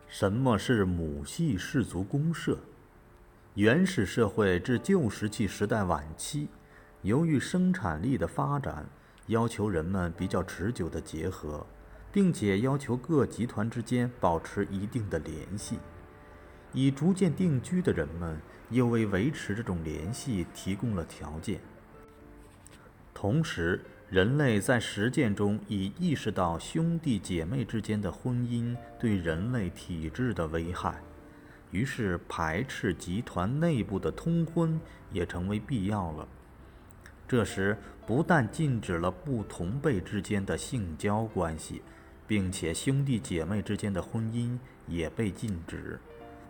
什么是母系氏族公社？原始社会至旧石器时代晚期，由于生产力的发展，要求人们比较持久的结合，并且要求各集团之间保持一定的联系。已逐渐定居的人们又为维持这种联系提供了条件。同时，人类在实践中已意识到兄弟姐妹之间的婚姻对人类体质的危害，于是排斥集团内部的通婚也成为必要了。这时，不但禁止了不同辈之间的性交关系，并且兄弟姐妹之间的婚姻也被禁止。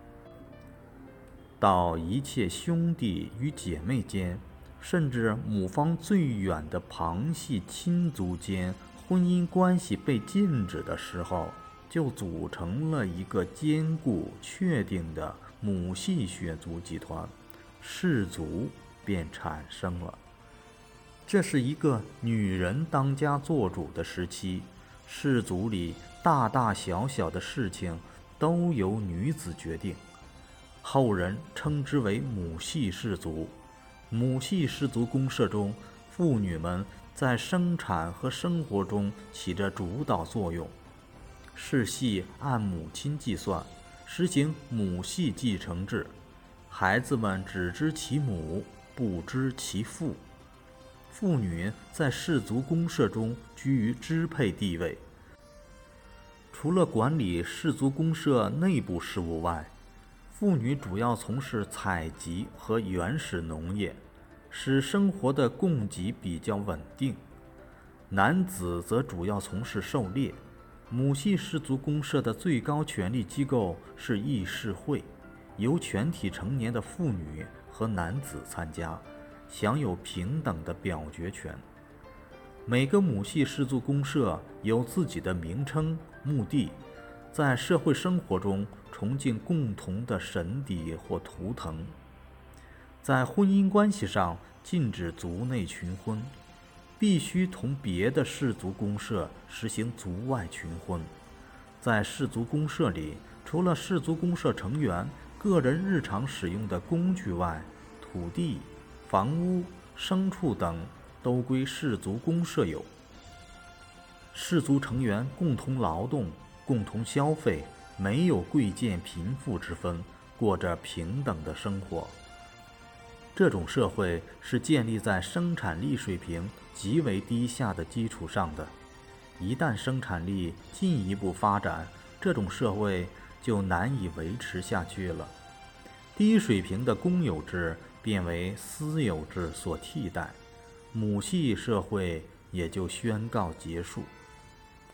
到一切兄弟与姐妹间，甚至母方最远的旁系亲族间婚姻关系被禁止的时候，就组成了一个坚固确定的母系血族集团，氏族便产生了。这是一个女人当家作主的时期，氏族里大大小小的事情都由女子决定，后人称之为母系氏族。母系氏族公社中，妇女们在生产和生活中起着主导作用。世系按母亲计算，实行母系继承制，孩子们只知其母，不知其父。妇女在氏族公社中居于支配地位，除了管理氏族公社内部事务外，妇女主要从事采集和原始农业，使生活的供给比较稳定。男子则主要从事狩猎。母系氏族公社的最高权力机构是议事会，由全体成年的妇女和男子参加，享有平等的表决权。每个母系氏族公社有自己的名称、目的，在社会生活中崇敬共同的神邸或图腾。在婚姻关系上，禁止族内群婚，必须同别的氏族公社实行族外群婚。在氏族公社里，除了氏族公社成员个人日常使用的工具外，土地、房屋、牲畜等都归氏族公社有。氏族成员共同劳动，共同消费，没有贵贱贫富之分，过着平等的生活。这种社会是建立在生产力水平极为低下的基础上的。一旦生产力进一步发展，这种社会就难以维持下去了。低水平的公有制变为私有制所替代，母系社会也就宣告结束。